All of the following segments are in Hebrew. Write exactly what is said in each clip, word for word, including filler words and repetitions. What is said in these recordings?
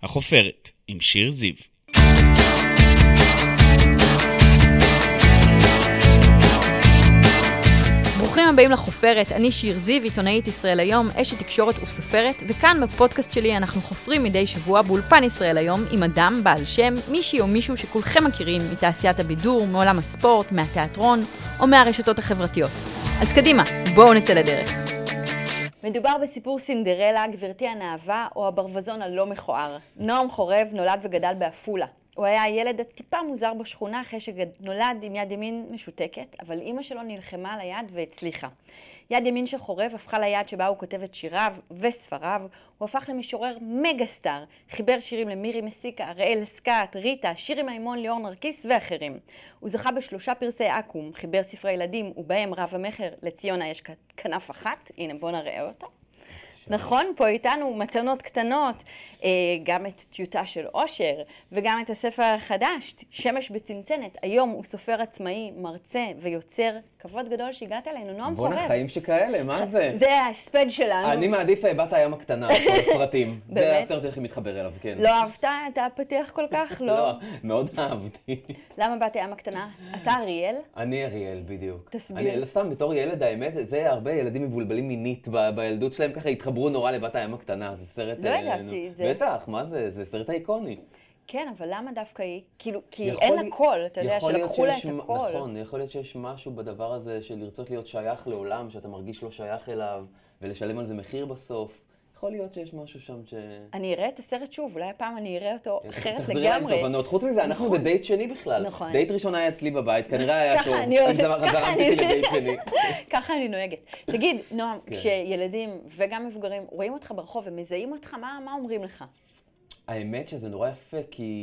החופרת, עם שיר זיו. ברוכים הבאים לחופרת, אני שיר זיו, עיתונאית ישראל היום, אשת תקשורת וסופרת, וכאן בפודקאסט שלי אנחנו חופרים מדי שבוע באולפן ישראל היום עם אדם, בעל שם, מישהי או מישהו שכולכם מכירים מתעשיית הבידור, מעולם הספורט, מהתיאטרון או מהרשתות החברתיות. אז קדימה, בואו נצא לדרך. מדובר בסיפור סינדרלה, גברתי הנאהבה או הברווזון הלא מכוער. נועם חורב נולד וגדל באפולה. הוא היה הילד הטיפה מוזר בשכונה אחרי שנולד עם יד ימין משותקת, אבל אמא שלו נלחמה על היד והצליחה. יד ימין של חורב הפכה ליד שבה הוא כותב את שיריו וספריו. הוא הפך למשורר מגה-סטאר, חיבר שירים למירי מסיקה, ראל סקאט, ריטה, שירי מימון, ליאור נרקיס ואחרים. הוא זכה בשלושה פרסי אקו"ם, חיבר ספרי ילדים ובהם רב המחר לציונה יש כנף אחת. הנה בוא נראה אותה. נכון, פה איתנו מתנות קטנות, גם את טיוטה של אושר וגם את הספר החדש, שמש בצנצנת. היום הוא סופר עצמאי, מרצה ויוצר. כבוד גדול שהגעת אלינו, נועם חורב. בוא נחיים שכאלה, מה זה? זה ההספד שלנו. אני מעדיף בת הים הקטנה, כל הסרטים. זה הסרט שהכי מתחבר אליו, כן. לא אהבת את הפתיח כל כך? לא, מאוד אהבתי. למה בת הים הקטנה? אתה אריאל? אני אריאל, בדיוק. תסביר. סתם, בתור ילד, האמת, זה הרבה ילדים מבולבלים מינית בילדות שלהם, ככה התחברו נורא לבת הים הקטנה, זה סרט... לא ידעתי את זה. בטח, מה זה? זה סרט איקוני. כן, אבל למה דווקא היא? כאילו, כי אין הכל, אתה יודע, שלקחו לה את הכל. נכון, יכול להיות שיש משהו בדבר הזה של לרצות להיות שייך לעולם, שאתה מרגיש לא שייך אליו, ולשלם על זה מחיר בסוף. יכול להיות שיש משהו שם ש... אני אראה את הסרט שוב, אולי הפעם אני אראה אותו אחרת לגמרי. תחזרי להם תובנות. חוץ מזה, אנחנו בדייט שני בכלל. נכון. דייט ראשון היה אצלי בבית, כנראה היה טוב. אני זרמתי לדייט שני. ככה אני נוהגת. תגיד, נועם, כשילדים וגם מבוגרים רואים אותך ברחוב ומזהים אותך, מה אומרים לך? האמת שזה נורא יפה,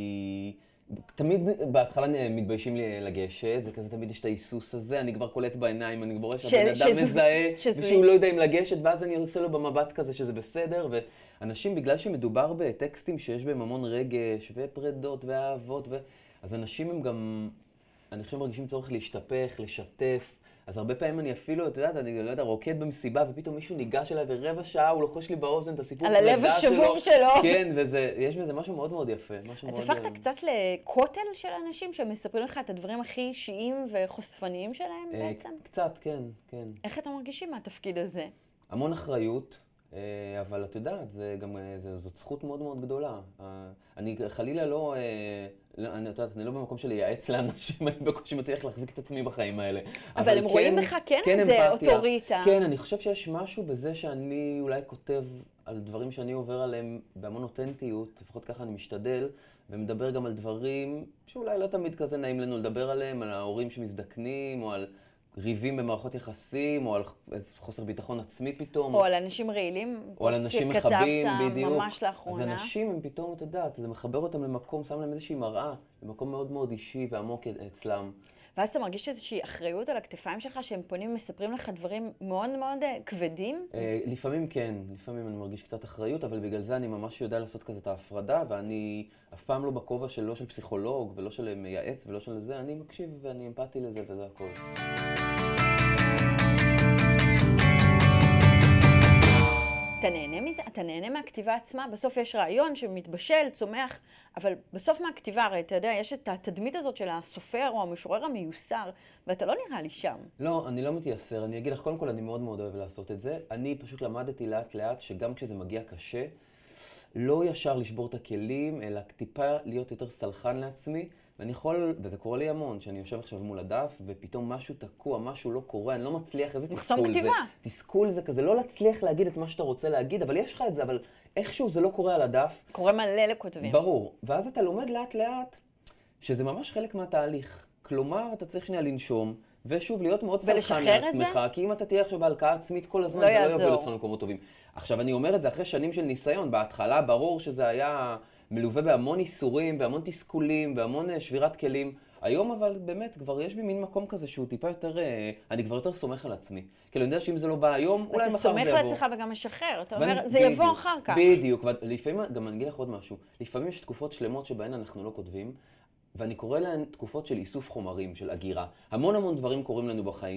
כי תמיד בהתחלה מתביישים לי לגשת, זה כזה תמיד יש את ההיסוס הזה, אני כבר קולט בעיניים, אני כבר רואה שהבן אדם מזהה, ושהוא לא יודע אם לגשת, ואז אני עושה לו במבט כזה שזה בסדר, ואנשים, בגלל שמדובר בטקסטים שיש בהם המון רגש, ופרדות ואהבות, אז אנשים הם גם, אני חושב מרגישים צורך להשתפך, לשתף, אז הרבה פעמים אני אפילו, אתה יודעת, אני לא יודע, רוקד במסיבה, ופתאום מישהו ניגש אליי, ורבע שעה הוא לוחש לי באוזן את הסיפור על הלב השבור שלו. כן, ויש בזה משהו מאוד מאוד יפה. אז הפכת קצת לקוטל של אנשים שמספרים לך את הדברים הכי אישיים וחושפניים שלהם בעצם? קצת, כן, כן. איך אתה מרגישים מהתפקיד הזה? המון אחריות, אבל את יודעת, זאת זכות מאוד מאוד גדולה. אני חלילה לא... אני יודעת, אני לא במקום של לייעץ לאנשים, אני בקושי מצליח להחזיק את עצמי בחיים האלה. אבל הם רואים בך כן איזה אוטוריטה. כן, אני חושב שיש משהו בזה שאני אולי כותב על דברים שאני עובר עליהם בהמון אותנטיות, לפחות ככה אני משתדל, ומדבר גם על דברים שאולי לא תמיד כזה נעים לנו לדבר עליהם, על ההורים שמזדקנים, או על ריבים במערכות יחסים, או על חוסר ביטחון עצמי פתאום. או על אנשים רעילים, או על אנשים מחבים, בדיוק. ממש לאחרונה. אז אנשים הם פתאום, אתה יודעת, זה מחבר אותם למקום, שם להם איזושהי מראה, למקום מאוד מאוד אישי ועמוק אצלם. ואז אתה מרגיש איזושהי אחריות על הכתפיים שלך, שהם פונים ומספרים לך דברים מאוד מאוד כבדים? לפעמים כן, לפעמים אני מרגיש קצת אחריות, אבל בגלל זה אני ממש יודע לעשות כזה את ההפרדה, ואני אף פעם לא בכובע של לא של פסיכולוג, ולא של מייעץ, ולא של זה, אני מקשיב ואני אמפתי לזה, וזה הכל. אתה נהנה מזה? אתה נהנה מהכתיבה עצמה? בסוף יש רעיון שמתבשל, צומח, אבל בסוף מהכתיבה, הרי אתה יודע, יש את התדמית הזאת של הסופר או המשורר המיוסר, ואתה לא נראה לי שם. לא, אני לא מתייסר. אני אגיד לך, קודם כל, אני מאוד מאוד אוהב לעשות את זה. אני פשוט למדתי לאט לאט שגם כשזה מגיע קשה, לא ישר לשבור את הכלים, אלא טיפה להיות יותר סלחן לעצמי. ואני יכול, וזה קורה לי המון, שאני יושב עכשיו מול הדף, ופתאום משהו תקוע, משהו לא קורה, אני לא מצליח, איזה תסכול זה. כתיבה. תסכול זה כזה, לא להצליח להגיד את מה שאתה רוצה להגיד, אבל יש לך את זה, אבל איכשהו זה לא קורה על הדף. קורה מלא לכותבים. ברור. ואז אתה לומד לאט לאט, שזה ממש חלק מהתהליך. כלומר, אתה צריך שנייה לנשום, ושוב, להיות מאוד סלחן לעצמך, כי אם אתה תהיה עכשיו בהלקאה עצמית כל הזמן, זה לא יוביל אותך למקומות טובים. עכשיו, אני אומר את זה אחרי שנים של ניסיון. בהתחלה, ברור שזה היה מלווה בהמון איסורים, בהמון תסכולים, בהמון שבירת כלים. היום אבל באמת כבר יש בי מין מקום כזה שהוא טיפה יותר, אני כבר יותר סומך על עצמי. כאילו אני יודע שאם זה לא בא היום, אולי מחר זה יבוא. אתה סומך לעצמך וגם משחרר, אתה אומר, זה יבוא אחר כך. בדיוק, ולפעמים, גם אני אגיד לך עוד משהו, לפעמים יש תקופות שלמות שבהן אנחנו לא כותבים, ואני קורא להן תקופות של איסוף חומרים, של אגירה. המון המון דברים קורים לנו בחיים,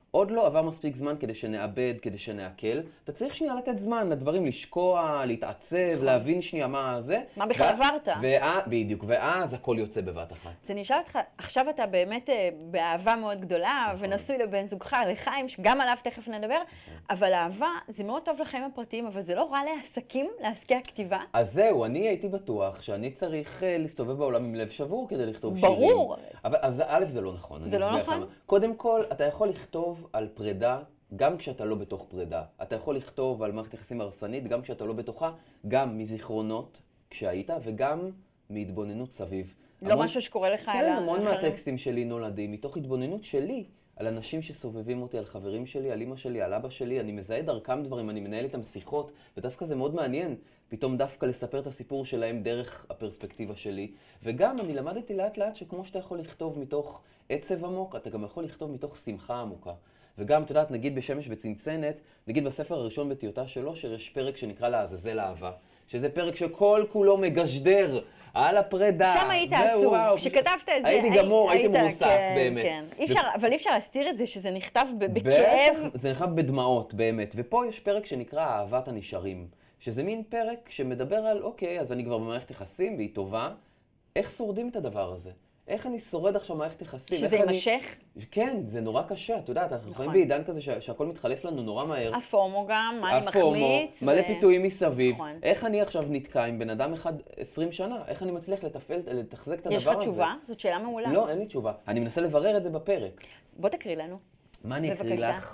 עוד לא עבר מספיק זמן כדי שנאבד, כדי שנעכל. אתה צריך שנייה לתת זמן לדברים לשקוע, להתעצב, להבין שנייה מה זה. מה בכלל עברת? בדיוק, ואז הכל יוצא בבת אחת. אז אני אשאל אותך, עכשיו אתה באמת באהבה מאוד גדולה, ונשוי לבן זוגך, לחיים, שגם עליו תכף נדבר, אבל אהבה זה מאוד טוב לחיים הפרטיים, אבל זה לא רע לעסקים, לעסקי הכתיבה. אז זהו, אני הייתי בטוח שאני צריך להסתובב בעולם עם לב שבור כדי לכתוב שירים. ברור. אבל אז א' זה לא נכון. זה לא נכון? קודם כל, אתה יכול לכתוב על פרידה, גם כשאתה לא בתוך פרידה. אתה יכול לכתוב על מערכת יחסים הרסנית, גם כשאתה לא בתוכה, גם מזיכרונות כשהיית, וגם מהתבוננות סביב. לא המון, משהו שקורה לך אלא... כן, המון מהטקסטים שלי נולדים, מתוך התבוננות שלי, על אנשים שסובבים אותי, על חברים שלי, על אמא שלי, על אבא שלי, אני מזהה דרכם דברים, אני מנהל איתם שיחות, ודווקא זה מאוד מעניין, פתאום דווקא לספר את הסיפור שלהם דרך הפרספקטיבה שלי. וגם אני למדתי לאט לאט שכמו שאתה יכול לכתוב מתוך עצב עמוק, אתה גם יכול לכתוב מתוך שמחה עמוקה. וגם, אתה יודעת, נגיד בשמש בצנצנת, נגיד בספר הראשון בתיאותה שלו, שיש פרק שנקרא לעזאזל אהבה, שזה פרק שכל כולו מגשדר על הפרידה. שם היית עצוב, כשכתבת את זה. הייתי גמור, הייתי מרוסק, באמת. כן, אבל אי אפשר להסתיר את זה, שזה נכתב בכאב. זה נכתב בדמעות, באמת. ופה יש פרק שנקרא אהבת הנשארים, שזה מין פרק שמדבר על, אוקיי, אז אני כבר במערכת יחסים והיא טובה, איך שורדים את הדבר הזה? איך אני שורד עכשיו מערכת יחסים? שזה יימשך? אני... כן, זה נורא קשה, את יודעת, אנחנו חיים בעידן כזה שה... שהכל מתחלף לנו נורא מהר. הפורמו גם, מה אני מחמיץ. מלא ו... פיתויים מסביב. נכון. איך אני עכשיו נתקע עם בן אדם אחד עשרים שנה? איך אני מצליח לתפעל, לתחזק את הדבר הזה? יש לך תשובה? זאת שאלה מעולה. לא, אין לי תשובה. אני מנסה לברר את זה בפרק. בוא תקריא לנו. מה אני אקריא לך?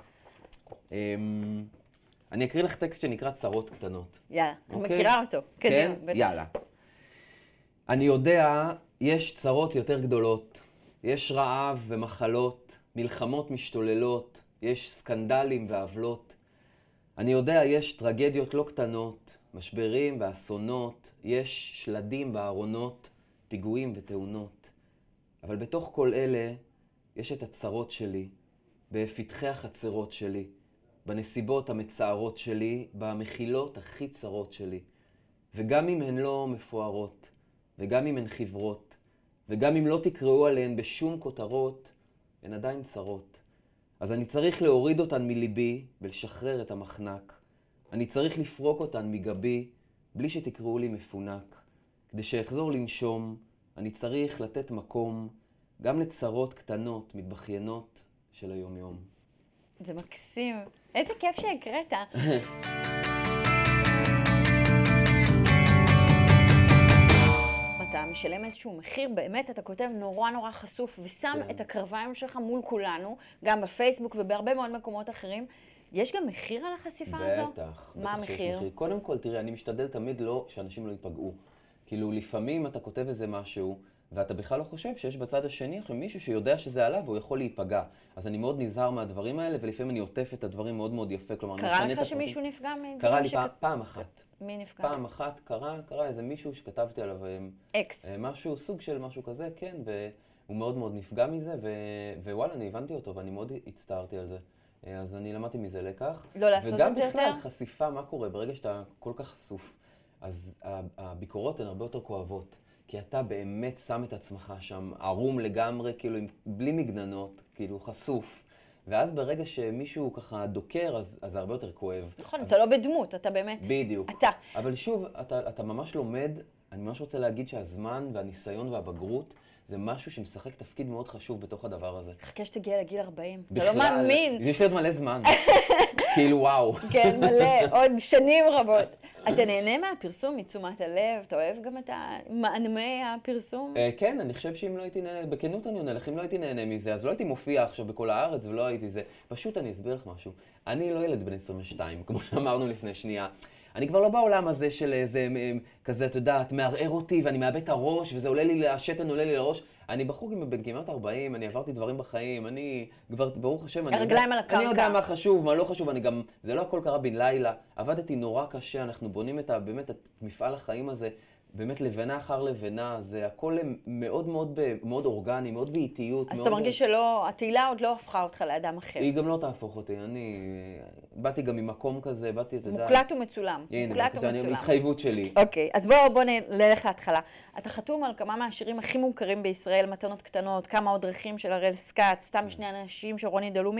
אני אקריא לך טקסט שנקרא צרות קטנות. יאללה, אני מכירה אותו. כן? יאללה. אני יודע, יש צרות יותר גדולות, יש רעב ומחלות, מלחמות משתוללות, יש סקנדלים ועוולות. אני יודע, יש טרגדיות לא קטנות, משברים ואסונות, יש שלדים בארונות, פיגועים ותאונות. אבל בתוך כל אלה יש את הצרות שלי, בפתחי החצרות שלי, בנסיבות המצערות שלי, במחילות הכי צרות שלי. וגם אם הן לא מפוארות, וגם אם הן חברות, וגם אם לא תקראו עליהן בשום כותרות, הן עדיין צרות. אז אני צריך להוריד אותן מליבי ולשחרר את המחנק. אני צריך לפרוק אותן מגבי, בלי שתקראו לי מפונק. כדי שאחזור לנשום, אני צריך לתת מקום גם לצרות קטנות, מתבחיינות של היום-יום. זה מקסים. איזה כיף שהקראת. אתה משלם איזשהו מחיר, באמת אתה כותב נורא נורא חשוף ושם כן. את הקרביים שלך מול כולנו, גם בפייסבוק ובהרבה מאוד מקומות אחרים. יש גם מחיר על החשיפה בטח, הזו? בטח. מה המחיר? מחיר? קודם כל, תראי, אני משתדל תמיד לא, שאנשים לא ייפגעו. כאילו, לפעמים אתה כותב איזה משהו, ואתה בכלל לא חושב שיש בצד השני אחרי מישהו שיודע שזה עליו, והוא יכול להיפגע. אז אני מאוד נזהר מהדברים האלה, ולפעמים אני עוטף את הדברים מאוד מאוד יפה. כלומר, קרה לך שמישהו נפגע? קרה לי שכת... פעם אחת. מי נפגע? פעם אחת קרה, קרה איזה מישהו שכתבתי עליו... אקס. משהו, סוג של משהו כזה, כן, והוא מאוד מאוד נפגע מזה, ו... ווואלה, אני הבנתי אותו, ואני מאוד הצטערתי על זה. אז אני למדתי מזה לקח. לא לעשות את זה יותר? וגם בכלל, חשיפה, מה קורה? ברגע שאתה כל כך חשוף, אז הביקורות הן הרבה יותר כואבות. כי אתה באמת שם את עצמך שם, ערום לגמרי, כאילו, בלי מגננות, כאילו, חשוף. ואז ברגע שמישהו ככה דוקר, אז, אז זה הרבה יותר כואב. נכון, אז... אתה לא בדמות, אתה באמת... בדיוק. אתה. אבל שוב, אתה, אתה ממש לומד, אני ממש רוצה להגיד שהזמן והניסיון והבגרות, זה משהו שמשחק תפקיד מאוד חשוב בתוך הדבר הזה. חכה שתגיע לגיל ארבעים. אתה לא מאמין. יש לי עוד מלא זמן. כאילו, וואו. כן, מלא, עוד שנים רבות. אתה נהנה מהפרסום, מתשומת הלב? אתה אוהב גם את מענמי הפרסום? כן, אני חושב שאם לא הייתי נהנה, בכנות אני עונה לך, אם לא הייתי נהנה מזה, אז לא הייתי מופיע עכשיו בכל הארץ ולא הייתי זה. פשוט אני אסביר לך משהו. אני לא ילד בן עשרים ושתיים, כמו שאמרנו לפני שנייה. אני כבר לא בעולם הזה של איזה כזה, אתה יודעת, מערער אותי ואני מאבד את הראש וזה עולה לי, השתן עולה לי לראש. אני בחור בן כמעט ארבעים, אני עברתי דברים בחיים, אני כבר, ברוך השם, אני הרגליים על הקרקע. אני יודע מה חשוב, מה לא חשוב, אני גם, זה לא הכל קרה בן לילה. עבדתי נורא קשה, אנחנו בונים את, באמת, את מפעל החיים הזה, באמת לבנה אחר לבנה, זה הכל מאוד מאוד, מאוד אורגני, מאוד באיטיות. אז מאוד... אתה מרגיש שלא, התהילה עוד לא הפכה אותך לאדם אחר. היא גם לא תהפוך אותי, אני באתי גם ממקום כזה, באתי, אתה יודע... מוקלט ומצולם. הנה, מוקלט ומצולם. התחייבות שלי. אוקיי, אז בואו בוא נלך להתחלה. אתה חתום על כמה מהשירים הכי מוכרים בישראל, מתנות קטנות, כמה עוד דרכים של הראל סקאט, סתם שני אנשים של רוני דלומי.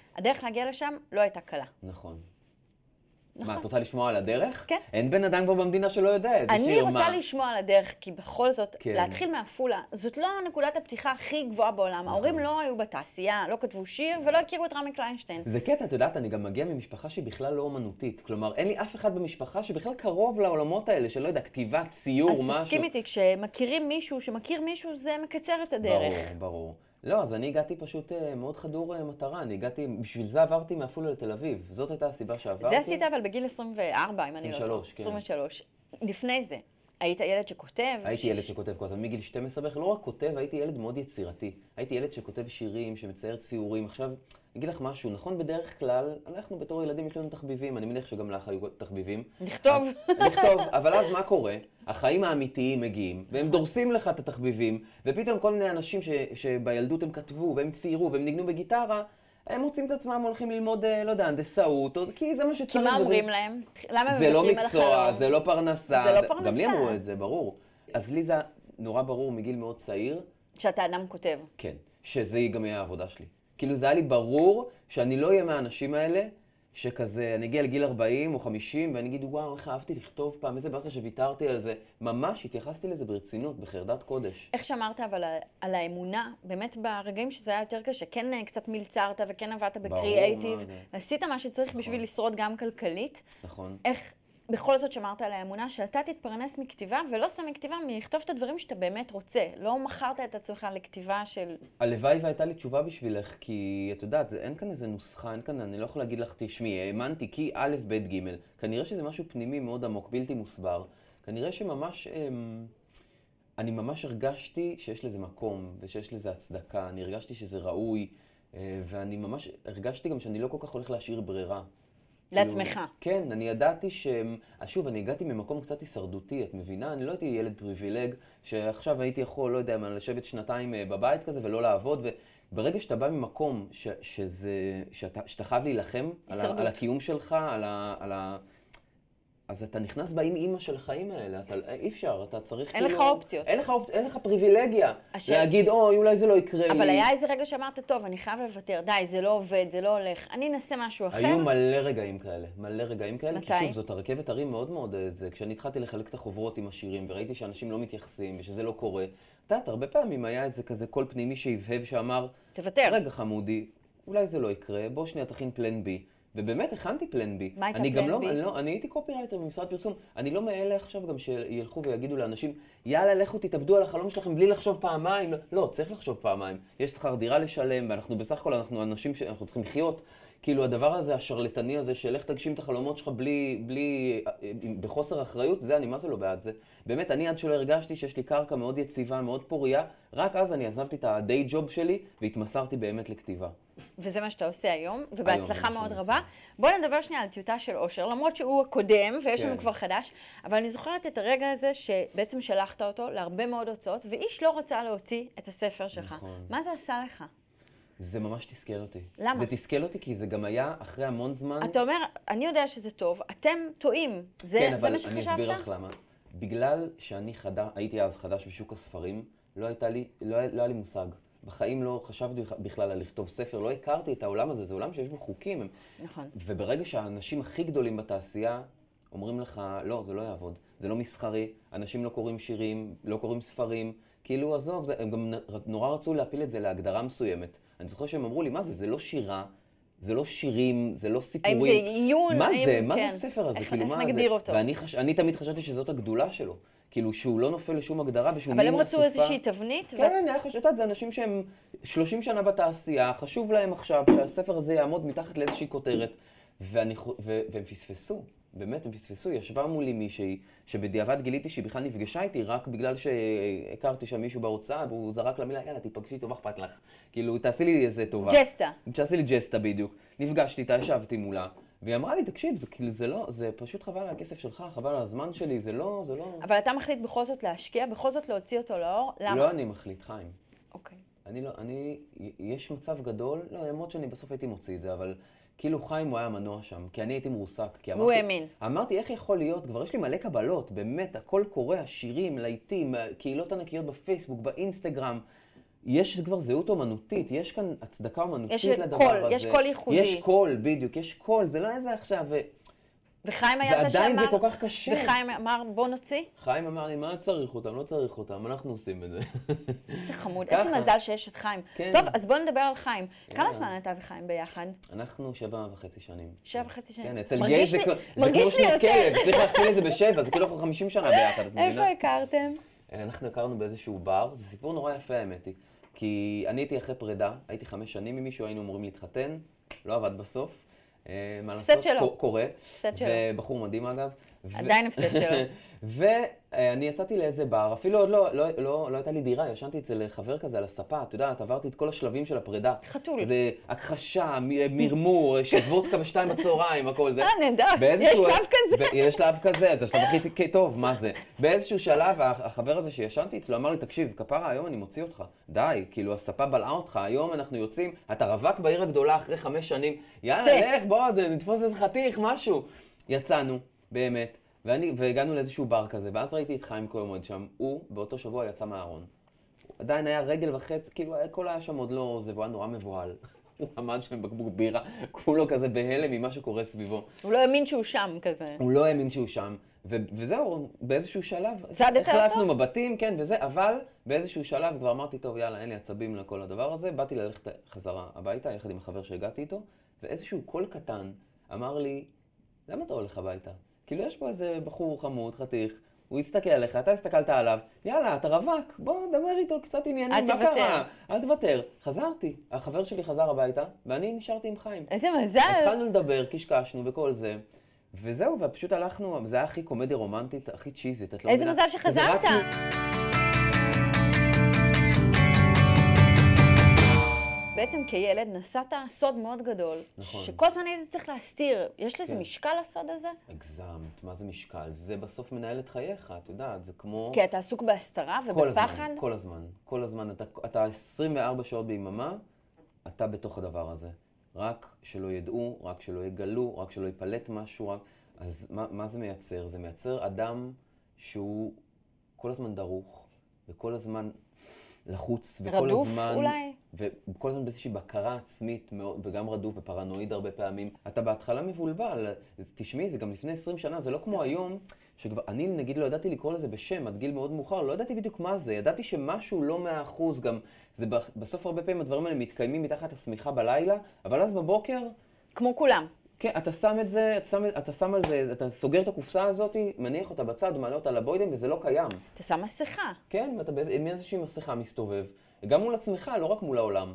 הדרך להגיע לשם לא הייתה קלה. נכון. מה, את רוצה לשמוע על הדרך? כן. אין בן אדם כבר במדינה שלא יודע את זה, אני רוצה לשמוע על הדרך, כי בכל זאת, כן. להתחיל מעפולה, זאת לא נקודת הפתיחה הכי גבוהה בעולם. ההורים לא היו בתעשייה, לא כתבו שיר ולא הכירו את רמי קליינשטיין. זה קטע, את יודעת, אני גם מגיע ממשפחה שהיא בכלל לא אומנותית. כלומר, אין לי אף אחד במשפחה שבכלל קרוב לעולמות האלה, שלא יודע, כתיבה, ציור, משהו. אז תסכים איתי, כשמכירים מישהו שמכיר מישהו, זה מקצר את הדרך. ברור, ברור. לא, אז אני הגעתי פשוט uh, מאוד חדור uh, מטרה, אני הגעתי, בשביל זה עברתי מעפולה לתל אביב, זאת הייתה הסיבה שעברתי. זה עשית אבל בגיל עשרים וארבע, אם אני לא טועה. עשרים ושלוש, כן. עשרים ושלוש. לפני זה, היית ילד שכותב? הייתי ילד שכותב כל הזמן, מגיל שתים עשרה בערך, לא רק כותב, הייתי ילד מאוד יצירתי. הייתי ילד שכותב שירים, שמצייר ציורים. עכשיו, אני אגיד לך משהו, נכון, בדרך כלל, אנחנו בתור ילדים יש לנו תחביבים, אני מניח שגם לך היו תחביבים. לכתוב. לכתוב, אבל אז מה קורה? החיים האמיתיים מגיעים, והם דורסים לך את התחביבים, ופתאום כל מיני אנשים ש, שבילדות הם כתבו, והם ציירו, והם ניגנו בגיטרה, הם מוצאים את עצמם, הולכים ללמוד, לא יודע, הנדסאות, כי זה מה שצריך. כי מה אומרים להם? למה הם זה לא מוותרים על מקצוע, החלום? זה לא פרנסה. זה לא פרנסה. גם לי אמרו את זה, ברור. אז לי זה נורא ברור מגיל מאוד צעיר. שאתה אדם כותב. כן, שזה גם יהיה העבודה שלי. כאילו זה היה לי ברור שאני לא אהיה מהאנשים האלה, שכזה, אני אגיע לגיל ארבעים או חמישים, ואני אגיד, וואו, איך אהבתי לכתוב פעם, איזה באסה שוויתרתי על זה. ממש התייחסתי לזה ברצינות, בחרדת קודש. איך שמרת אבל על, על האמונה, באמת ברגעים שזה היה יותר קשה, כן קצת מלצרת וכן עבדת בקריאייטיב, עשית מה שצריך נכון. בשביל לשרוד גם כלכלית. נכון. איך בכל זאת שמרת על האמונה שאתה תתפרנס מכתיבה, ולא סתם מכתיבה, מלכתוב את הדברים שאתה באמת רוצה. לא מכרת את עצמך לכתיבה של... הלוואי והייתה לי תשובה בשבילך, כי את יודעת, אין כאן איזה נוסחה, אין כאן, אני לא יכול להגיד לך, תשמעי, האמנתי כי א', ב', ג', כנראה שזה משהו פנימי מאוד עמוק, בלתי מוסבר. כנראה שממש, אני ממש הרגשתי שיש לזה מקום, ושיש לזה הצדקה, אני הרגשתי שזה ראוי, ואני ממש הרגשתי גם שאני לא כל כך הולך להשאיר ברירה. לעצמך. כן, אני ידעתי ש... שוב, אני הגעתי ממקום קצת הישרדותי, את מבינה? אני לא הייתי ילד פריבילג, שעכשיו הייתי יכול, לא יודע, לשבת שנתיים בבית כזה ולא לעבוד, וברגע שאתה בא ממקום ש... שזה... שאתה... שאתה חייב להילחם על, ה... על הקיום שלך, על ה... על ה... אז אתה נכנס בה עם אימא של החיים האלה, אתה... אי אפשר, אתה צריך אין כאילו... לך אופציות. אין לך, אופ... אין לך פריבילגיה, השם... להגיד, אוי, אולי זה לא יקרה אבל לי. אבל היה איזה רגע שאמרת, טוב, אני חייב לוותר, די, זה לא עובד, זה לא הולך, אני אנסה משהו אחר. היו מלא רגעים כאלה, מלא רגעים כאלה. מתי? כי שוב, זאת הרכבת הרים מאוד מאוד, זה, כשאני התחלתי לחלק את החוברות עם השירים, וראיתי שאנשים לא מתייחסים, ושזה לא קורה, את יודעת, הרבה פעמים היה איזה כזה קול פנימי שהבהב שאמר, תוותר. רגע חמודי, אולי זה לא יקרה, בוא שנייה תכין פלן בי. ובאמת הכנתי פלן בי. מה הייתה אני פלן גם לא, בי? אני, לא, אני הייתי קופירייטר במשרד פרסום. אני לא מאלה עכשיו גם שילכו ויגידו לאנשים, יאללה, לכו תתאבדו על החלום שלכם בלי לחשוב פעמיים. לא, צריך לחשוב פעמיים. יש שכר דירה לשלם, ואנחנו בסך הכל, אנחנו אנשים שאנחנו צריכים לחיות. כאילו הדבר הזה, השרלטני הזה, של איך תגשים את החלומות שלך בלי, בלי, בחוסר אחריות, זה אני, מה זה לא בעד זה? באמת, אני עד שלא הרגשתי שיש לי קרקע מאוד יציבה, מאוד פוריה, רק אז אני עזבתי את הדיי ג'וב שלי, והתמסרתי באמת לכתיבה. וזה מה שאתה עושה היום, ובהצלחה מאוד רבה. בוא נדבר שנייה על טיוטה של אושר, למרות שהוא הקודם, ויש לנו כבר חדש, אבל אני זוכרת את הרגע הזה שבעצם שלחת אותו להרבה מאוד הוצאות, ואיש לא רצה להוציא את הספר שלך. מה זה עשה לך? זה ממש תסכל אותי. למה? זה תסכל אותי כי זה גם היה אחרי המון זמן. אתה אומר, אני יודע שזה טוב, אתם טועים. זה, כן, זה אבל מה שחשבת? אני אסביר לך למה. בגלל שאני חדש, הייתי אז חדש בשוק הספרים, לא הייתה לי, לא, לא היה לי מושג. בחיים לא חשבתי בכלל על לכתוב ספר, לא הכרתי את העולם הזה, זה עולם שיש בו חוקים. נכון. וברגע שהאנשים הכי גדולים בתעשייה אומרים לך, לא, זה לא יעבוד, זה לא מסחרי, אנשים לא קוראים שירים, לא קוראים ספרים, כאילו, עזוב, זה, הם גם נורא רצו להפיל את זה להגדרה מסוימת. אני זוכר שהם אמרו לי, מה זה, זה לא שירה, זה לא שירים, זה לא סיפורים. האם זה עיון? מה האם, זה? מה כן. זה הספר הזה? איך, כאילו, איך מה נגדיר זה? אותו? ואני חש... אני תמיד חשבתי שזאת הגדולה שלו. כאילו, שהוא לא נופל לשום הגדרה ושהוא אבל מין הם רצו מהסופה. איזושהי תבנית? כן, היה חשוב, זה אנשים שהם שלושים שנה בתעשייה, חשוב להם עכשיו שהספר הזה יעמוד מתחת לאיזושהי כותרת, ואני... ו... והם פספסו. באמת, הם פספסו. ישבה מולי מישהי, שבדיעבד גיליתי שהיא בכלל נפגשה איתי רק בגלל שהכרתי שם מישהו בהוצאה, והוא זרק לה מילה, יאללה, תיפגשי, טוב, אכפת לך. כאילו, תעשי לי איזה טובה. ג'סטה. תעשי לי ג'סטה בדיוק. נפגשתי איתה, ישבתי מולה, והיא אמרה לי, תקשיב, זה כאילו, זה לא, זה פשוט חבל על הכסף שלך, חבל על הזמן שלי, זה לא, זה לא... אבל אתה מחליט בכל זאת להשקיע, בכל זאת להוציא אותו לאור, למה? לא אני מחליט, חיים. אוקיי. אני לא, אני, יש מצב גדול, לא, למרות שאני בסוף הייתי מוציא את זה, אבל כאילו חיים הוא היה מנוע שם, כי אני הייתי מרוסק. כי אמרתי, הוא האמין. אמרתי, איך יכול להיות? כבר יש לי מלא קבלות, באמת, הכל קורה, שירים, להיטים, קהילות ענקיות בפייסבוק, באינסטגרם, יש כבר זהות אומנותית, יש כאן הצדקה אומנותית יש לדבר קול, הזה. יש קול ייחודי. יש קול, בדיוק, יש קול, זה לא איזה עכשיו... וחיים היה זה שאמר... ועדיין זה כל כך קשה. וחיים אמר, בוא נוציא. חיים אמר לי, מה צריך אותם? לא צריך אותם, אנחנו עושים את זה. איזה חמוד, איזה מזל שיש את חיים. כן. טוב, אז בוא נדבר על חיים. כמה זמן אתה וחיים ביחד? אנחנו שבע וחצי שנים. שבע וחצי שנים. כן, אצל גיי זה כמו שנות כלב, צריך להכפיל את זה בשבע, זה כאילו אנחנו חמישים שנה ביחד, את מבינה? איפה הכרתם? אנחנו הכרנו באיזשהו בר, זה סיפור נורא יפה האמת היא. כי אני הייתי אחרי פרידה, הייתי חמש שנים ממישהו, היינו אמורים להתחתן, לא עבד בסוף. מה לעשות? קורה. ובחור מדהים אגב. עדיין הפסד שלו. ואני יצאתי לאיזה בר, אפילו עוד לא, לא, לא, לא הייתה לי דירה, ישנתי אצל חבר כזה על הספה, אתה יודעת, עברתי את כל השלבים של הפרידה. חתול. זה הכחשה, מרמור, שבודקה בשתיים בצהריים, הכל זה. אה, נהדר, יש שלב כזה. יש שלב כזה, זה שלב הכי טוב, מה זה? באיזשהו שלב, החבר הזה שישנתי אצלו אמר לי, תקשיב, כפרה, היום אני מוציא אותך. די, כאילו, הספה בלעה אותך, היום אנחנו יוצאים, אתה רווק בעיר הגדולה אחרי חמש שנים, יאללה, לך, בוא, נתפוס איזה חתיך, משהו. יצאנו, באמת. ואני, והגענו לאיזשהו בר כזה, ואז ראיתי את חיים כהן שם, הוא באותו שבוע יצא מהארון. עדיין היה רגל וחצי, כאילו הכל היה שם עוד לא, זה היה נורא מבוהל. הוא עמד שם בקבוק בירה, כולו כזה בהלם ממה שקורה סביבו. הוא לא האמין שהוא שם כזה. הוא לא האמין שהוא שם, ו- וזהו, באיזשהו שלב, החלפנו מבטים, כן, וזה, אבל באיזשהו שלב כבר אמרתי, טוב, יאללה, אין לי עצבים לכל הדבר הזה, באתי ללכת חזרה הביתה, יחד עם החבר שהגעתי איתו, ואיזשהו קול קטן אמר לי, למה אתה הולך הביתה? כאילו יש פה איזה בחור חמוד, חתיך, הוא הסתכל עליך, אתה הסתכלת עליו, יאללה, אתה רווק, בוא נדבר איתו קצת עניינים, מה קרה? אל תוותר. חזרתי, החבר שלי חזר הביתה, ואני נשארתי עם חיים. איזה מזל. התחלנו לדבר, קשקשנו וכל זה, וזהו, ופשוט הלכנו, זה היה הכי קומדיה רומנטית, הכי צ'יזית, את לא מבינה. איזה מזל שחזרת. בעצם כילד נסעת סוד מאוד גדול, נכון. שכל הזמן היית צריך להסתיר. יש לזה כן. משקל לסוד הזה? הגזמת, מה זה משקל? זה בסוף מנהל את חייך, את יודעת, זה כמו... כי אתה עסוק בהסתרה ובפחד? כל הזמן, כל הזמן, כל הזמן. אתה, אתה עשרים וארבע שעות ביממה, אתה בתוך הדבר הזה. רק שלא ידעו, רק שלא יגלו, רק שלא יפלט משהו, רק... אז מה, מה זה מייצר? זה מייצר אדם שהוא כל הזמן דרוך, וכל הזמן... לחוץ, וכל רדוף, הזמן... רדוף אולי? וכל הזמן באיזושהי בקרה עצמית, מאוד, וגם רדוף ופרנואיד הרבה פעמים. אתה בהתחלה מבולבל, תשמעי, זה גם לפני עשרים שנה, זה לא כמו היום, שכבר, אני נגיד לא ידעתי לקרוא לזה בשם, עד גיל מאוד מאוחר, לא ידעתי בדיוק מה זה, ידעתי שמשהו לא מאה אחוז, גם זה בסוף הרבה פעמים הדברים האלה מתקיימים מתחת השמיכה בלילה, אבל אז בבוקר... כמו כולם. כן, אתה שם את זה, אתה שם, אתה שם על זה, אתה סוגר את הקופסה הזאת, מניח אותה בצד, מעלה אותה לבוידם, וזה לא קיים. אתה שם מסכה. כן, ואתה עם איזושהי מסכה מסתובב, גם מול עצמך, לא רק מול העולם.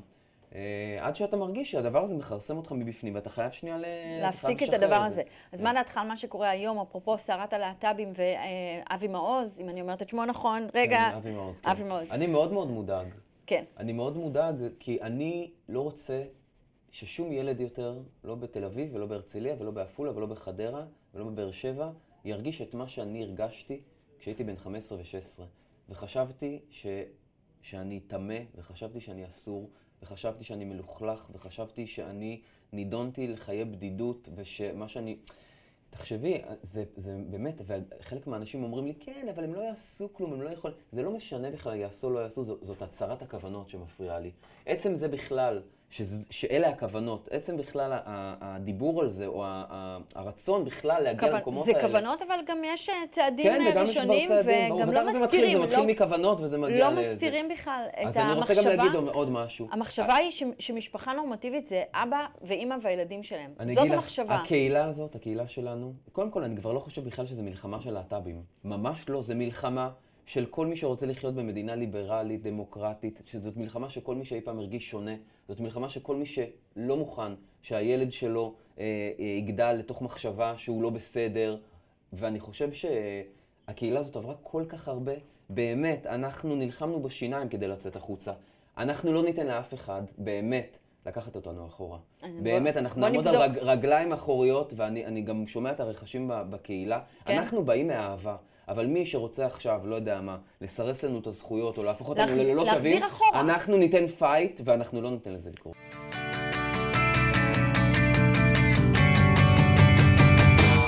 עד שאתה מרגיש שהדבר הזה מחרסם אותך מבפנים, ואתה חייב שנייה להפסיק את הדבר הזה. אז מה דעתך על מה שקורה היום, אפרופו סערת הלהט"בים ואבי מעוז, אם אני אומרת את שמו נכון, רגע. אבי מעוז, כן. אבי מעוז. אני מאוד מאוד מודאג. כן. אני מאוד מודאג, כי אני לא רוצה ששום ילד יותר, לא בתל אביב ולא בהרצליה ולא בעפולה ולא בחדרה ולא בבאר שבע, ירגיש את מה שאני הרגשתי כשהייתי בן חמש עשרה ו-שש עשרה. וחשבתי ש... שאני טמא, וחשבתי שאני אסור, וחשבתי שאני מלוכלך, וחשבתי שאני נידונתי לחיי בדידות, ושמה שאני... תחשבי, זה, זה באמת, וחלק מהאנשים אומרים לי, כן, אבל הם לא יעשו כלום, הם לא יכולים... זה לא משנה בכלל, יעשו או לא יעשו, זאת, זאת הצהרת הכוונות שמפריעה לי. עצם זה בכלל, שזה, שאלה הכוונות, עצם בכלל הדיבור על זה, או הרצון בכלל להגיע למקומות האלה. זה כוונות, אבל גם יש צעדים ראשונים, וגם לא מסתירים. זה מתחיל מכוונות וזה מגיע לזה. לא מסתירים בכלל את המחשבה. אז אני רוצה גם להגיד עוד משהו. המחשבה היא שמשפחה נורמטיבית זה אבא ואמא והילדים שלהם. זאת המחשבה. הקהילה הזאת, הקהילה שלנו, קודם כל אני כבר לא חושב בכלל שזה מלחמה של להט"בים. ממש לא, זה מלחמה של כל מי שרוצה לחיות במדינה ליברלית, דמוקרטית, שזאת מלחמה שכל מי שאי פעם הרגיש שונה. זאת מלחמה שכל מי שלא מוכן שהילד שלו אה, אה, יגדל לתוך מחשבה שהוא לא בסדר. ואני חושב שהקהילה הזאת עברה כל כך הרבה. באמת, אנחנו נלחמנו בשיניים כדי לצאת החוצה. אנחנו לא ניתן לאף אחד, באמת, לקחת אותנו אחורה. באמת, בוא, אנחנו בוא נעמוד נבדוק. על רג, רגליים אחוריות, ואני אני גם שומע את הרכשים בקהילה. כן. אנחנו באים מאהבה. אבל מי שרוצה עכשיו, לא יודע מה, לסרס לנו את הזכויות או להפוך אותנו ללא שווים, להחזיר אחורה. אנחנו ניתן פייט ואנחנו לא ניתן לזה לקרות. לך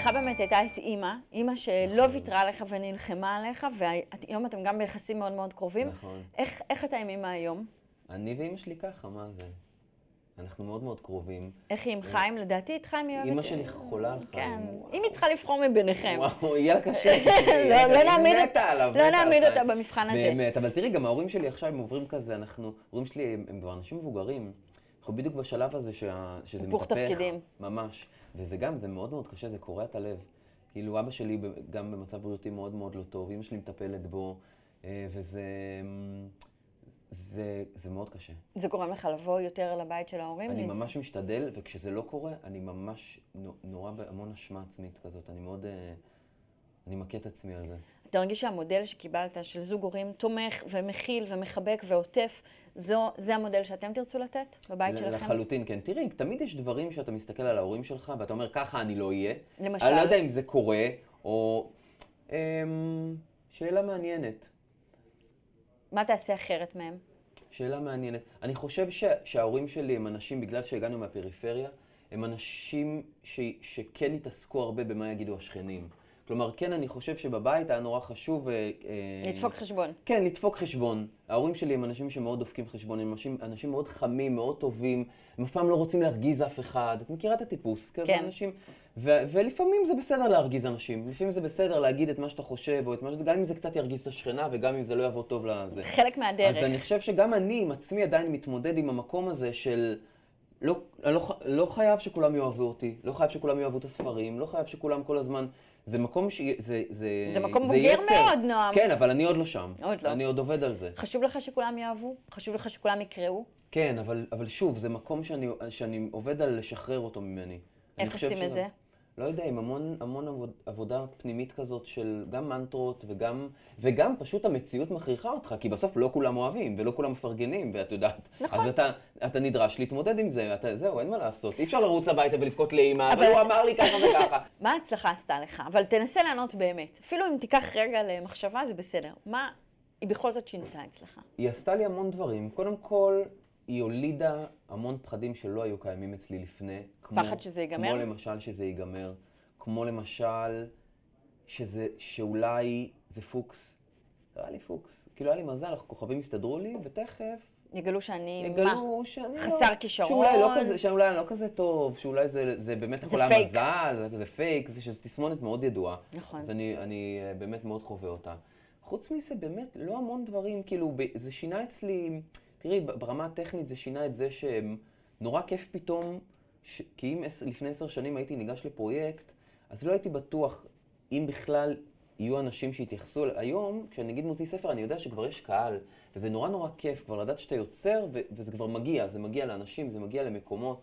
באמת הייתה את אימא, אימא שלא ויתרה עליך ונלחמה עליך, והיום אתם גם ביחסים מאוד מאוד קרובים. נכון. איך, איך אתה עם אימא היום? אני ואימא שלי ככה, מה זה? אנחנו מאוד מאוד קרובים. איך היא עם חיים? לדעתי את חיים היא אוהבת. אימא שלי חולה על חיים. כן, אם היא צריכה לבחור מביניכם. וואו, יהיה לה קשה. לא נעמיד אותה במבחן הזה. באמת, אבל תראי, גם ההורים שלי עכשיו הם עוברים כזה, אנחנו, ההורים שלי הם כבר אנשים מבוגרים. אנחנו בדיוק בשלב הזה שזה מתהפך. תפקידים. ממש. וזה גם, זה מאוד מאוד קשה, זה קורע את הלב. כאילו, אבא שלי גם במצב בריאותי מאוד מאוד לא טוב, אמא שלי מטפלת בו, וזה... זה, זה מאוד קשה. זה גורם לך לבוא יותר לבית של ההורים? אני ממש משתדל, וכשזה לא קורה, אני ממש נורא בהמון אשמה עצמית כזאת. אני מאוד... אני מכה את עצמי על זה. אתה מרגיש שהמודל שקיבלת של זוג הורים תומך ומכיל ומחבק ועוטף, זו, זה המודל שאתם תרצו לתת בבית שלכם? לחלוטין, כן. תראי, תמיד יש דברים שאתה מסתכל על ההורים שלך, ואתה אומר, ככה אני לא אהיה. למשל? אני לא יודע אם זה קורה, או... אמ, שאלה מעניינת. מה תעשה אחרת מהם? שאלה מעניינת. אני חושב ש, שההורים שלי הם אנשים, בגלל שהגענו מהפריפריה, הם אנשים ש, שכן התעסקו הרבה במה יגידו השכנים. כלומר, כן, אני חושב שבבית היה נורא חשוב... לדפוק חשבון. כן, לדפוק חשבון. ההורים שלי הם אנשים שמאוד דופקים חשבון, הם אנשים, אנשים מאוד חמים, מאוד טובים, הם אף פעם לא רוצים להרגיז אף אחד. את מכירה את הטיפוס, כזה כן. אנשים. ו- ולפעמים זה בסדר להרגיז אנשים, לפעמים זה בסדר להגיד את מה שאתה חושב, או את מה שאתה... גם אם זה קצת ירגיז את השכנה, וגם אם זה לא יבוא טוב לזה. חלק מהדרך. אז אני חושב שגם אני עם עצמי עדיין מתמודד עם המקום הזה של... לא, לא, לא חייב שכולם יאהבו אותי, לא חייב שכולם יאהבו את הספרים, לא חייב שכולם כל הזמן... זה מקום ש... זה, זה, זה מקום זה בוגר יצר. מאוד, נועם. כן, אבל אני עוד לא שם. עוד לא. אני עוד עובד על זה. חשוב לך שכולם יאהבו? חשוב לך שכולם יקראו? כן, אבל, אבל שוב, זה מקום שאני, שאני עובד על לשחרר אותו ממני. איך עושים את זה? לא יודע, עם המון, המון עבוד, עבודה פנימית כזאת של גם מנטרות וגם, וגם פשוט המציאות מכריחה אותך, כי בסוף לא כולם אוהבים ולא כולם מפרגנים, ואת יודעת. נכון. אז אתה, אתה נדרש להתמודד עם זה, אתה, זהו, אין מה לעשות. אי אפשר לרוץ הביתה ולבכות לאמא, אבל הוא אמר לי ככה וככה. מה ההצלחה עשתה לך? אבל תנסה לענות באמת. אפילו אם תיקח רגע למחשבה, זה בסדר. מה היא בכל זאת שינתה אצלך? היא עשתה לי המון דברים. קודם כל, היא הולידה המון פחדים שלא היו קיימים אצלי לפני. כמו, פחד שזה ייגמר? כמו למשל שזה ייגמר. כמו למשל שזה, שאולי זה פוקס. זה היה לי פוקס. כאילו היה לי מזל, הכוכבים הסתדרו לי, ותכף... יגלו שאני יגלו מה? שאני חסר לא... כישרון? שאולי לא כזה, שאולי אני לא כזה טוב, שאולי זה, זה באמת הכל היה פייק. מזל, זה פייק, זה שזה תסמונת מאוד ידועה. נכון. אז אני, אני באמת מאוד חווה אותה. חוץ מזה, באמת, לא המון דברים, כאילו, זה שינה אצלי... תראי, ברמה הטכנית זה שינה את זה שנורא כיף פתאום, ש... כי אם לפני עשר שנים הייתי ניגש לפרויקט, אז לא הייתי בטוח אם בכלל יהיו אנשים שהתייחסו. היום, כשאני נגיד מוציא ספר, אני יודע שכבר יש קהל, וזה נורא נורא כיף כבר לדעת שאתה יוצר, ו... וזה כבר מגיע, זה מגיע לאנשים, זה מגיע למקומות.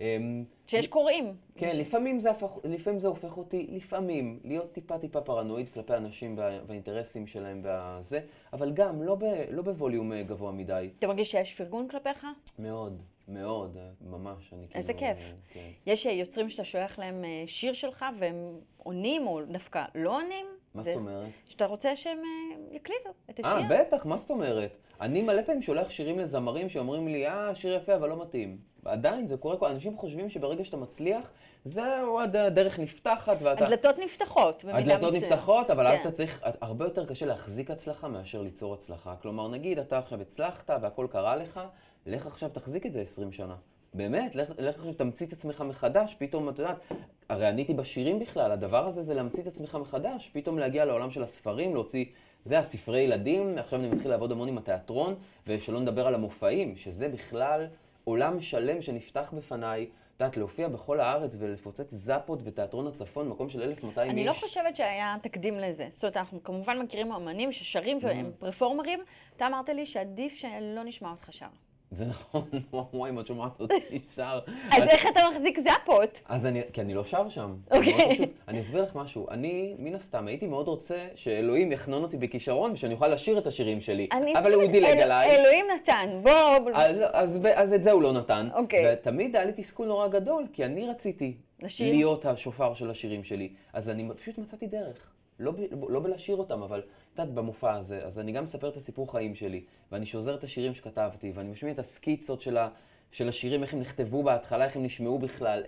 שיש קוראים. כן, יש... לפעמים, זה הפך, לפעמים זה הופך אותי, לפעמים, להיות טיפה טיפה פרנואיד כלפי אנשים וה... והאינטרסים שלהם והזה, אבל גם לא, ב... לא בווליום גבוה מדי. אתה מרגיש שיש פרגון כלפיך? מאוד, מאוד, ממש. אני איזה כאילו, כיף. כן. יש יוצרים שאתה שולח להם שיר שלך והם עונים או דווקא לא עונים? מה זאת אומרת? שאתה רוצה שהם יקליטו את השיר. אה, בטח, מה זאת אומרת? אני מלא פעמים שולח שירים לזמרים שאומרים לי, אה, שיר יפה, אבל לא מתאים. עדיין זה קורה, אנשים חושבים שברגע שאתה מצליח, זהו, הדרך נפתחת ואתה... הדלתות נפתחות, במידה מסוים. הדלתות נפתחות, אבל כן. אז אתה צריך, הרבה יותר קשה להחזיק הצלחה מאשר ליצור הצלחה. כלומר, נגיד, אתה עכשיו הצלחת והכל קרה לך, לך עכשיו תחזיק את זה עשרים שנה. באמת, לך, לך עכשיו תמציא את עצמך מחדש, פתאום, אתה יודעת, הרי עניתי בשירים בכלל, הדבר הזה זה להמציא את עצמך מחדש, פתאום להגיע לעולם של הספרים, להוציא, זה הספרי ילדים, עכשיו אני מתחיל לעבוד המון עם התיאטרון, ושלא נדבר על המופעים, שזה בכלל עולם שלם שנפתח בפניי, את יודעת, להופיע בכל הארץ ולפוצץ זאפות ותיאטרון הצפון, מקום של אלף ומאתיים איש. אני לא חושבת שהיה תקדים לזה. זאת אומרת, אנחנו כמובן מכירים אומנים ששרים והם פרפורמרים. אתה אמרת לי שעדיף שלא נשמע אותך שר. זה נכון, וואי, אם את שומעת אותי שר. אז איך אתה מחזיק זאפות? אז אני, כי אני לא שר שם. אוקיי. אני אסביר לך משהו. אני, מן הסתם, הייתי מאוד רוצה שאלוהים יחנון אותי בכישרון, ושאני אוכל לשיר את השירים שלי. אבל הוא דילג עליי. אלוהים נתן, בוא. אז את זה הוא לא נתן. אוקיי. ותמיד היה לי תסכול נורא גדול, כי אני רציתי להיות השופר של השירים שלי. אז אני פשוט מצאתי דרך. לא, ב, לא בלשיר אותם, אבל את יודעת, במופע הזה, אז אני גם מספר את הסיפור חיים שלי, ואני שוזר את השירים שכתבתי, ואני משמיע את הסקיצות של, ה, של השירים, איך הם נכתבו בהתחלה, איך הם נשמעו בכלל, איך,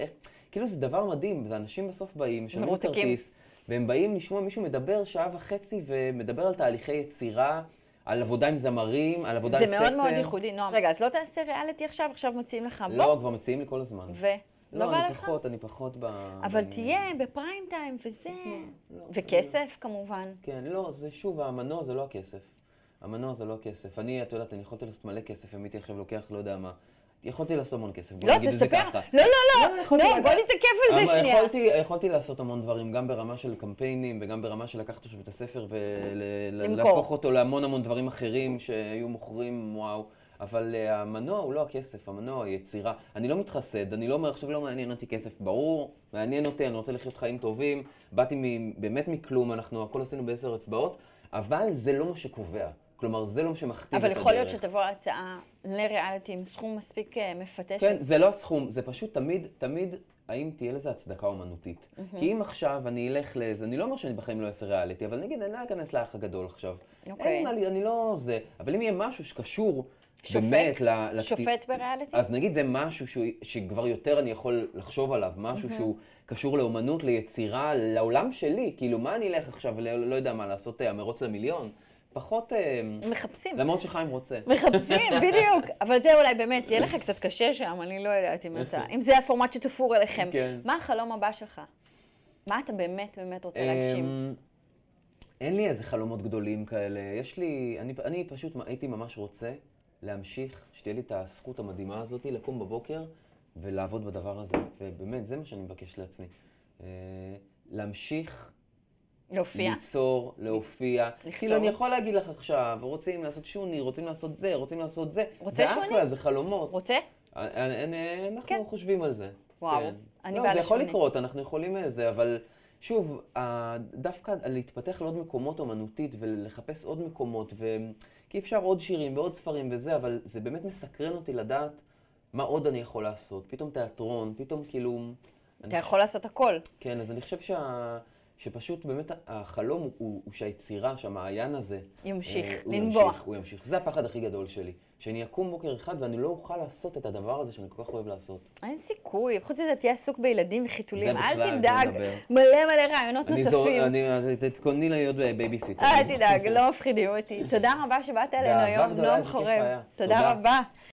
כאילו זה דבר מדהים, זה אנשים בסוף באים, משלמים כרטיס, והם באים לשמוע מישהו מדבר שעה וחצי ומדבר על תהליכי יצירה, על עבודה עם זמרים, על עבודה עם ספר. זה מאוד מאוד ייחודי, נועם. רגע, אז לא תעשה ריאליטי עכשיו, עכשיו מציעים לך בוא? לא, כבר מציעים לי כל הזמן. ו? לא בא לך? לא, אני פחות, אני פחות ב... אבל תהיה בפריים טיים וזה. וכסף כמובן. כן, לא, זה שוב, המנוע זה לא הכסף. המנוע זה לא הכסף. אני, את יודעת, אני יכולתי לעשות מלא כסף, אם הייתי עכשיו לוקח, לא יודע מה. יכולתי לעשות המון כסף, בוא נגיד את זה ככה. לא, לא, לא, לא, בוא נתעכב על זה שנייה. יכולתי לעשות המון דברים, גם ברמה של קמפיינים, וגם ברמה של לקחת עכשיו את הספר ולהפוך אותו להמון המון דברים אחרים שהיו מוכרים, וואו. אבל המנוע הוא לא הכסף, המנוע הוא היצירה. אני לא מתחסד, אני לא אומר, עכשיו לא מעניין אותי כסף, ברור, מעניין אותי, אני רוצה לחיות חיים טובים, באתי באמת מכלום, אנחנו הכל עשינו בעשר אצבעות, אבל זה לא מה שקובע. כלומר, זה לא מה שמכתיב את הדרך. אבל יכול להיות שתבוא הצעה לריאליטי עם סכום מספיק מפתה. כן, זה לא הסכום, זה פשוט תמיד, תמיד, האם תהיה לזה הצדקה אומנותית. כי אם עכשיו אני אלך לאיזה, אני לא אומר שאני בחיים לא אעשה ריאליטי, אבל נגיד, אני לא אכנס לאח הגדול עכשיו. אין מה לי, אני לא זה. אבל אם יהיה משהו שקשור באמת ל... שופט בריאליטי? אז נגיד, זה משהו שכבר יותר אני יכול לחשוב עליו, משהו שהוא קשור לאומנות, ליצירה, לעולם שלי. כאילו, מה אני אלך עכשיו, לא יודע מה, לעשות המרוץ למיליון? פחות... מחפשים. למרות שחיים רוצה. מחפשים, בדיוק. אבל זה אולי באמת, יהיה לך קצת קשה שם, אני לא יודעת אם אתה... אם זה הפורמט שתפור אליכם. כן. מה החלום הבא שלך? מה אתה באמת באמת רוצה להגשים? אין לי איזה חלומות גדולים כאלה. יש לי... אני, אני פשוט הייתי ממש רוצה להמשיך, שתהיה לי את הזכות המדהימה הזאת, לקום בבוקר ולעבוד בדבר הזה. ובאמת, זה מה שאני מבקש לעצמי. להמשיך... להופיע. ליצור, להופיע. כאילו, אני יכול להגיד לך עכשיו, רוצים לעשות שוני, רוצים לעשות זה, רוצים לעשות זה. רוצה שוני? זה אחלה, זה חלומות. רוצה? אנחנו חושבים על זה. וואו, אני באה לשוני. לא, זה יכול לקרות, אנחנו יכולים איזה, אבל שוב, דווקא להתפתח לעוד מקומות אומנותית ולחפש עוד מקומות, כי אפשר עוד שירים ועוד ספרים וזה, אבל זה באמת מסקרן אותי לדעת מה עוד אני יכול לעשות. פתאום תיאטרון, פתאום כאילו... אתה יכול לעשות הכל. כן, אז אני חושב שה... שפשוט באמת החלום הוא, הוא, הוא שהיצירה, שהמעיין הזה... ימשיך, אה, הוא לנבוע. ימשיך, הוא ימשיך. זה הפחד הכי גדול שלי. שאני אקום בוקר אחד ואני לא אוכל לעשות את הדבר הזה שאני כל כך אוהב לעשות. אין סיכוי. חוץ מזה, תהיה עסוק בילדים וחיתולים. בכלל, אל תדאג, מלא מלא רעיונות אני נוספים. אני, תתכונני להיות בייביסיטר. אל תדאג, לא מפחידים אותי. תודה רבה שבאת אלינו היום, נועם חורב. תודה רבה.